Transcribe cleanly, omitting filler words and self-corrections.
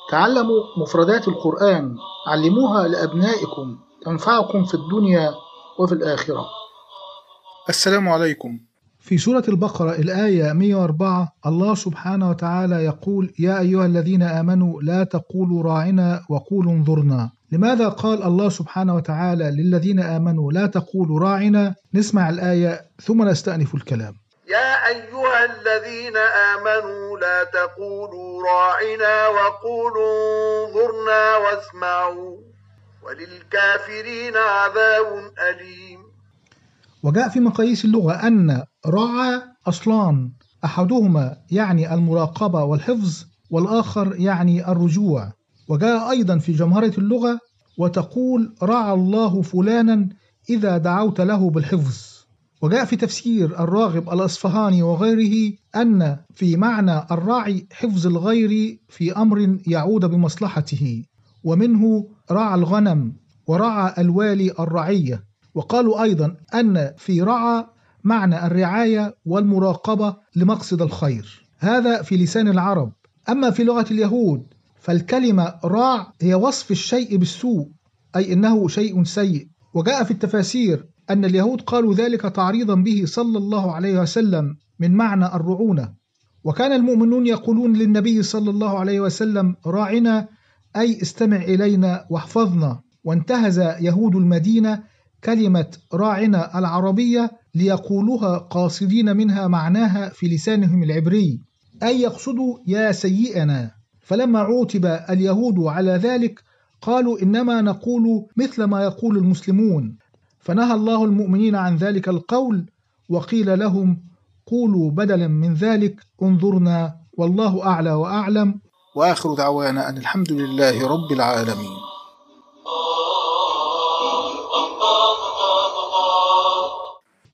تعلموا مفردات القرآن، علموها لأبنائكم تنفعكم في الدنيا وفي الآخرة. السلام عليكم. في سورة البقرة الآية 104 الله سبحانه وتعالى يقول: يا أيها الذين آمنوا لا تقولوا راعنا وقولوا انظرنا. لماذا قال الله سبحانه وتعالى للذين آمنوا لا تقولوا راعنا؟ نسمع الآية ثم نستأنف الكلام. يا أيها الذين آمنوا لا تقولوا راعنا وقولوا انظرنا واسمعوا وللكافرين عذاب أليم. وجاء في مقاييس اللغة أن رعى أصلان، أحدهما يعني المراقبة والحفظ، والآخر يعني الرجوع. وجاء أيضا في جمهرة اللغة: وتقول رعى الله فلانا إذا دعوت له بالحفظ. وجاء في تفسير الراغب الأصفهاني وغيره أن في معنى الراعي حفظ الغير في أمر يعود بمصلحته، ومنه رعى الغنم ورعى الوالي الرعية. وقالوا أيضا أن في رعى معنى الرعاية والمراقبة لمقصد الخير. هذا في لسان العرب. أما في لغة اليهود فالكلمة راع هي وصف الشيء بالسوء، أي إنه شيء سيء. وجاء في التفاسير أن اليهود قالوا ذلك تعريضا به صلى الله عليه وسلم من معنى الرعونة. وكان المؤمنون يقولون للنبي صلى الله عليه وسلم راعنا، أي استمع إلينا واحفظنا. وانتهز يهود المدينة كلمة راعنا العربية ليقولوها قاصدين منها معناها في لسانهم العبري، أي يقصدوا يا سيئنا. فلما عوتب اليهود على ذلك قالوا إنما نقول مثل ما يقول المسلمون، فنهى الله المؤمنين عن ذلك القول وقيل لهم قولوا بدلا من ذلك انظرنا، والله أعلى وأعلم، وآخر دعوانا أن الحمد لله رب العالمين.